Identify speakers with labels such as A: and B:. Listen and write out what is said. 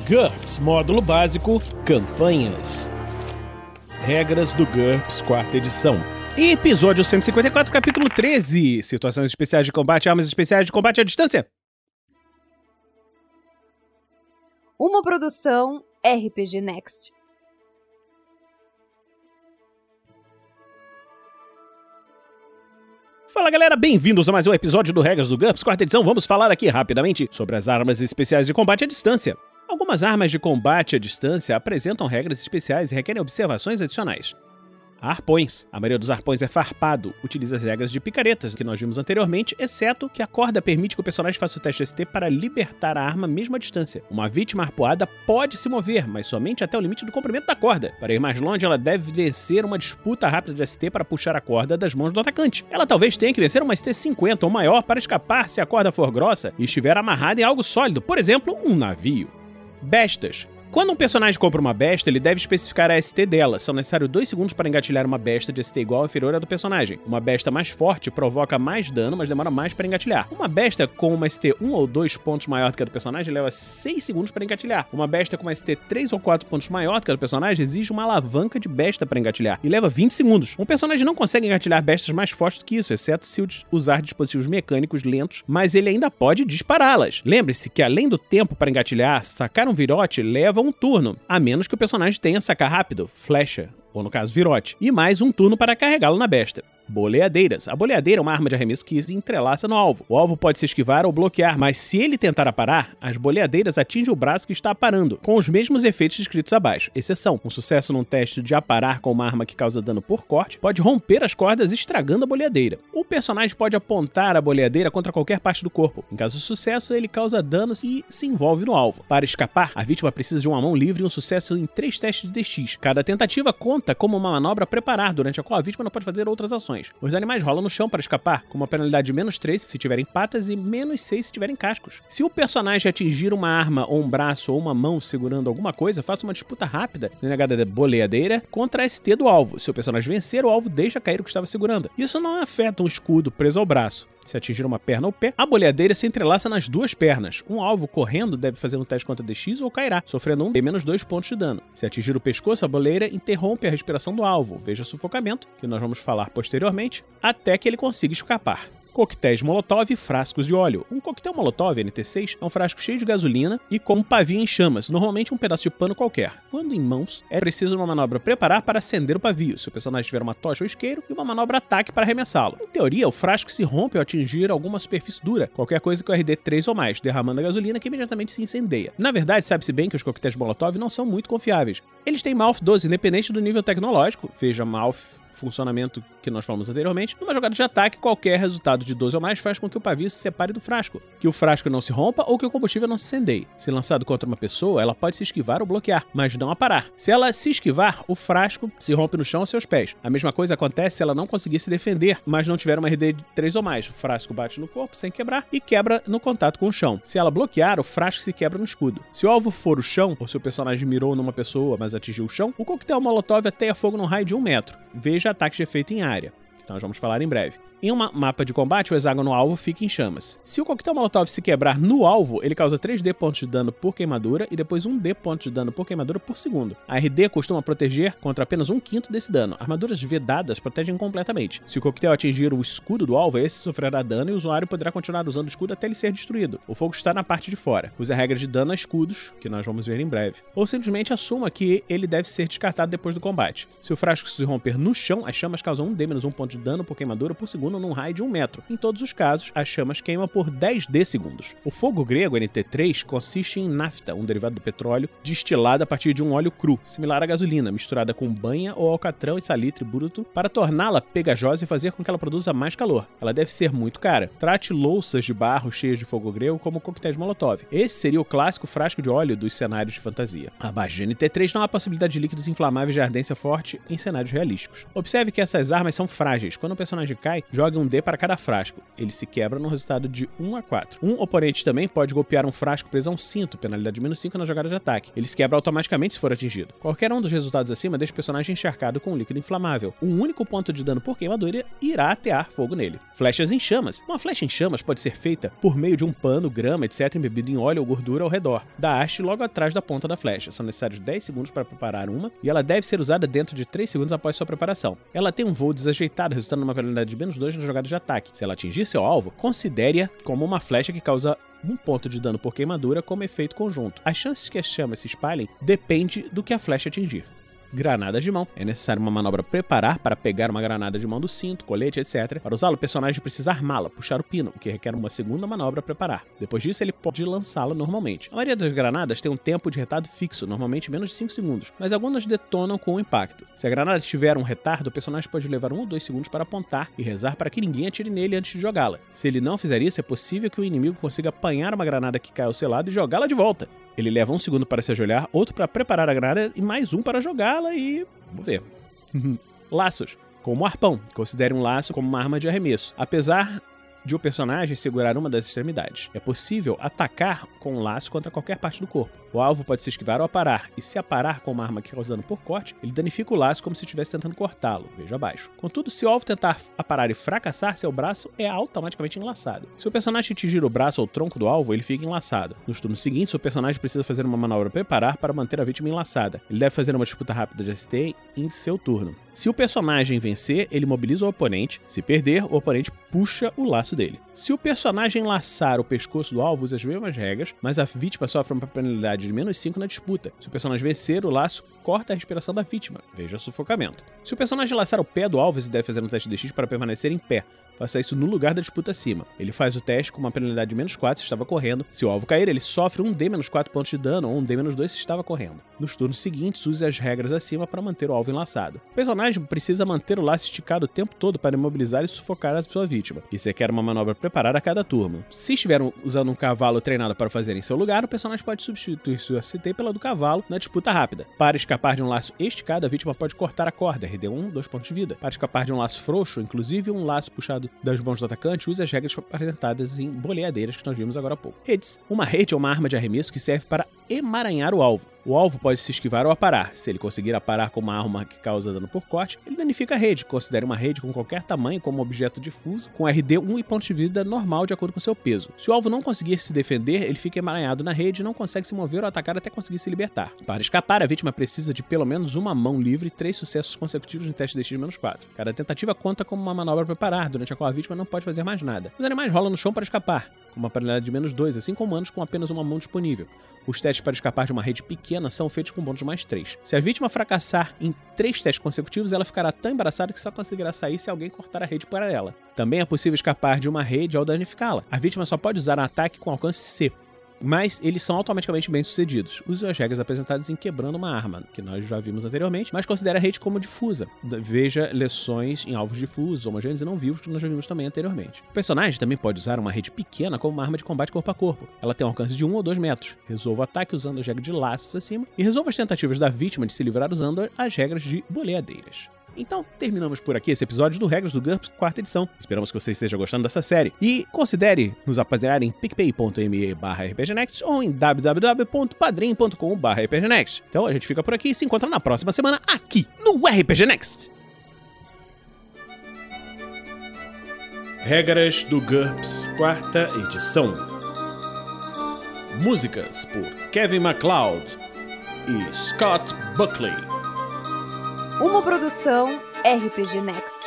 A: GURPS Módulo Básico Campanhas. Regras do GURPS, quarta edição. Episódio 154, capítulo 13. Situações especiais de combate, armas especiais de combate à distância.
B: Uma produção RPG Next.
A: Fala galera, bem-vindos a mais um episódio do Regras do GURPS, quarta edição. Vamos falar aqui rapidamente sobre as armas especiais de combate à distância. Algumas armas de combate à distância apresentam regras especiais e requerem observações adicionais. Arpões. A maioria dos arpões é farpado, utiliza as regras de picaretas que nós vimos anteriormente, exceto que a corda permite que o personagem faça o teste ST para libertar a arma mesmo à distância. Uma vítima arpoada pode se mover, mas somente até o limite do comprimento da corda. Para ir mais longe, ela deve vencer uma disputa rápida de ST para puxar a corda das mãos do atacante. Ela talvez tenha que vencer uma ST 50 ou maior para escapar se a corda for grossa e estiver amarrada em algo sólido, por exemplo, um navio. Bestas. Quando um personagem compra uma besta, ele deve especificar a ST dela. São necessários 2 segundos para engatilhar uma besta de ST igual ou inferior à do personagem. Uma besta mais forte provoca mais dano, mas demora mais para engatilhar. Uma besta com uma ST 1 ou 2 pontos maior do que a do personagem leva 6 segundos para engatilhar. Uma besta com uma ST 3 ou 4 pontos maior do que a do personagem exige uma alavanca de besta para engatilhar e leva 20 segundos. Um personagem não consegue engatilhar bestas mais fortes do que isso, exceto se usar dispositivos mecânicos lentos, mas ele ainda pode dispará-las. Lembre-se que além do tempo para engatilhar, sacar um virote leva um turno, a menos que o personagem tenha sacar rápido, flecha, ou no caso virote, e mais um turno para carregá-lo na besta. Boleadeiras. A boleadeira é uma arma de arremesso que se entrelaça no alvo. O alvo pode se esquivar ou bloquear, mas se ele tentar aparar, as boleadeiras atingem o braço que está aparando, com os mesmos efeitos descritos abaixo. Exceção: um sucesso num teste de aparar com uma arma que causa dano por corte pode romper as cordas estragando a boleadeira. O personagem pode apontar a boleadeira contra qualquer parte do corpo. Em caso de sucesso, ele causa danos e se envolve no alvo. Para escapar, a vítima precisa de uma mão livre e um sucesso em 3 testes de DX. Cada tentativa conta como uma manobra a preparar, durante a qual a vítima não pode fazer outras ações. Os animais rolam no chão para escapar, com uma penalidade de -3 se tiverem patas e -6 se tiverem cascos. Se o personagem atingir uma arma ou um braço ou uma mão segurando alguma coisa, faça uma disputa rápida na negada da boleadeira contra a ST do alvo. Se o personagem vencer, o alvo deixa cair o que estava segurando. Isso não afeta um escudo preso ao braço. Se atingir uma perna ou pé, a boleadeira se entrelaça nas 2 pernas. Um alvo correndo deve fazer um teste contra DX ou cairá, sofrendo um D-2 pontos de dano. Se atingir o pescoço, a boleira interrompe a respiração do alvo, veja sufocamento, que nós vamos falar posteriormente, até que ele consiga escapar. Coquetéis Molotov e frascos de óleo. Um coquetel Molotov NT6 é um frasco cheio de gasolina e com um pavio em chamas, normalmente um pedaço de pano qualquer. Quando em mãos, é preciso uma manobra preparar para acender o pavio, se o personagem tiver uma tocha ou isqueiro, e uma manobra ataque para arremessá-lo. Em teoria, o frasco se rompe ao atingir alguma superfície dura, qualquer coisa com RD 3 ou mais, derramando a gasolina que imediatamente se incendeia. Na verdade, sabe-se bem que os coquetéis Molotov não são muito confiáveis. Eles têm Mouth 12, independente do nível tecnológico, veja Mouth funcionamento que nós falamos anteriormente. Numa jogada de ataque, qualquer resultado de 12 ou mais faz com que o pavio se separe do frasco, que o frasco não se rompa ou que o combustível não se incendeie. Se lançado contra uma pessoa, ela pode se esquivar ou bloquear, mas não aparar. Se ela se esquivar, o frasco se rompe no chão aos seus pés. A mesma coisa acontece se ela não conseguir se defender, mas não tiver uma RD de 3 ou mais. O frasco bate no corpo sem quebrar e quebra no contato com o chão. Se ela bloquear, o frasco se quebra no escudo. Se o alvo for o chão, ou se o personagem mirou numa pessoa, mas atingiu o chão, o coquetel Molotov ateia fogo num raio de 1 metro. Veja ataque de efeito em área, que nós vamos falar em breve. Em um mapa de combate, o hexágono alvo fica em chamas. Se o coquetel Molotov se quebrar no alvo, ele causa 3D pontos de dano por queimadura e depois 1D pontos de dano por queimadura por segundo. A RD costuma proteger contra apenas 1/5 desse dano. Armaduras vedadas protegem completamente. Se o coquetel atingir o escudo do alvo, esse sofrerá dano e o usuário poderá continuar usando o escudo até ele ser destruído. O fogo está na parte de fora. Use a regra de dano a escudos, que nós vamos ver em breve. Ou simplesmente assuma que ele deve ser descartado depois do combate. Se o frasco se romper no chão, as chamas causam 1D-1 ponto de dano por queimadura por segundo num raio de 1 metro. Em todos os casos, as chamas queimam por 10D segundos. O fogo grego NT3 consiste em nafta, um derivado do petróleo, destilado a partir de um óleo cru, similar à gasolina, misturada com banha ou alcatrão e salitre bruto, para torná-la pegajosa e fazer com que ela produza mais calor. Ela deve ser muito cara. Trate louças de barro cheias de fogo grego como coquetéis Molotov. Esse seria o clássico frasco de óleo dos cenários de fantasia. Abaixo de NT3 não há possibilidade de líquidos inflamáveis de ardência forte em cenários realísticos. Observe que essas armas são frágeis. Quando o personagem cai, jogue um D para cada frasco. Ele se quebra no resultado de 1 a 4. Um oponente também pode golpear um frasco preso a um cinto, penalidade -5 na jogada de ataque. Ele se quebra automaticamente se for atingido. Qualquer um dos resultados acima deixa o personagem encharcado com um líquido inflamável. Um único ponto de dano por queimadura irá atear fogo nele. Flechas em chamas. Uma flecha em chamas pode ser feita por meio de um pano, grama, etc., embebido em óleo ou gordura ao redor da haste logo atrás da ponta da flecha. São necessários 10 segundos para preparar uma e ela deve ser usada dentro de 3 segundos após sua preparação. Ela tem um voo desajeitado, resultando numa penalidade de -2 na jogada de ataque. Se ela atingir seu alvo, considere-a como uma flecha que causa um ponto de dano por queimadura como efeito conjunto. As chances que as chamas se espalhem depende do que a flecha atingir. Granadas de mão. É necessário uma manobra preparar para pegar uma granada de mão do cinto, colete, etc. Para usá-lo, o personagem precisa armá-la, puxar o pino, o que requer uma segunda manobra a preparar. Depois disso, ele pode lançá-la normalmente. A maioria das granadas tem um tempo de retardo fixo, normalmente menos de 5 segundos, mas algumas detonam com o impacto. Se a granada tiver um retardo, o personagem pode levar 1 ou 2 segundos para apontar e rezar para que ninguém atire nele antes de jogá-la. Se ele não fizer isso, é possível que o inimigo consiga apanhar uma granada que cai ao seu lado e jogá-la de volta. Ele leva 1 segundo para se ajoelhar, outro para preparar a granada e mais um para jogá-la e... vamos ver. Laços. Como arpão. Considere um laço como uma arma de arremesso. Apesar de o personagem segurar uma das extremidades. É possível atacar com um laço contra qualquer parte do corpo. O alvo pode se esquivar ou aparar, e se aparar com uma arma que causa dano por corte, ele danifica o laço como se estivesse tentando cortá-lo, veja abaixo. Contudo, se o alvo tentar aparar e fracassar, seu braço é automaticamente enlaçado. Se o personagem atingir o braço ou o tronco do alvo, ele fica enlaçado. Nos turnos seguintes, o personagem precisa fazer uma manobra preparar para manter a vítima enlaçada. Ele deve fazer uma disputa rápida de ST em seu turno. Se o personagem vencer, ele mobiliza o oponente. Se perder, o oponente puxa o laço dele. Se o personagem laçar o pescoço do alvo, usa as mesmas regras, mas a vítima sofre uma penalidade de -5 na disputa. Se o personagem vencer, o laço corta a respiração da vítima. Veja sufocamento. Se o personagem laçar o pé do alvo, ele deve fazer um teste de DX para permanecer em pé. Faça isso no lugar da disputa acima. Ele faz o teste com uma penalidade de -4 se estava correndo. Se o alvo cair, ele sofre um D-4 pontos de dano ou um D-2 se estava correndo. Nos turnos seguintes, use as regras acima para manter o alvo enlaçado. O personagem precisa manter o laço esticado o tempo todo para imobilizar e sufocar a sua vítima. Isso requer uma manobra preparada a cada turno. Se estiver usando um cavalo treinado para fazer em seu lugar, o personagem pode substituir sua CT pela do cavalo na disputa rápida. Para escapar de um laço esticado, a vítima pode cortar a corda, RD1, 2 pontos de vida. Para escapar de um laço frouxo, inclusive um laço puxado das mãos do atacante, use as regras apresentadas em boleadeiras que nós vimos agora há pouco. Redes. Uma rede é uma arma de arremesso que serve para emaranhar o alvo. O alvo pode se esquivar ou aparar. Se ele conseguir aparar com uma arma que causa dano por corte, ele danifica a rede. Considere uma rede com qualquer tamanho como objeto difuso, com RD1 e ponto de vida normal de acordo com seu peso. Se o alvo não conseguir se defender, ele fica emaranhado na rede e não consegue se mover ou atacar até conseguir se libertar. Para escapar, a vítima precisa de pelo menos uma mão livre e 3 sucessos consecutivos no teste DX-4. Cada tentativa conta como uma manobra a preparar, durante a qual a vítima não pode fazer mais nada. Os animais rolam no chão para escapar, com uma penalidade de -2, assim como humanos com apenas uma mão disponível. Os testes para escapar de uma rede pequena são feitos com bônus +3. Se a vítima fracassar em 3 testes consecutivos, ela ficará tão embaraçada que só conseguirá sair se alguém cortar a rede para ela. Também é possível escapar de uma rede ao danificá-la. A vítima só pode usar um ataque com alcance C, mas eles são automaticamente bem-sucedidos. Use as regras apresentadas em quebrando uma arma, que nós já vimos anteriormente, mas considere a rede como difusa. Veja lições em alvos difusos, homogêneos e não vivos, que nós já vimos também anteriormente. O personagem também pode usar uma rede pequena como uma arma de combate corpo a corpo. Ela tem um alcance de 1 ou 2 metros. Resolva o ataque usando as regras de laços acima e resolva as tentativas da vítima de se livrar usando as regras de boleadeiras. Então, terminamos por aqui esse episódio do Regras do GURPS, 4ª edição. Esperamos que você esteja gostando dessa série. E considere nos apadrinhar em picpay.me/rpgnext ou em www.padrim.com/rpgnext. Então, a gente fica por aqui e se encontra na próxima semana aqui no RPG Next. Regras do GURPS, 4ª edição. Músicas por Kevin MacLeod e Scott Buckley.
B: Uma produção RPG Next.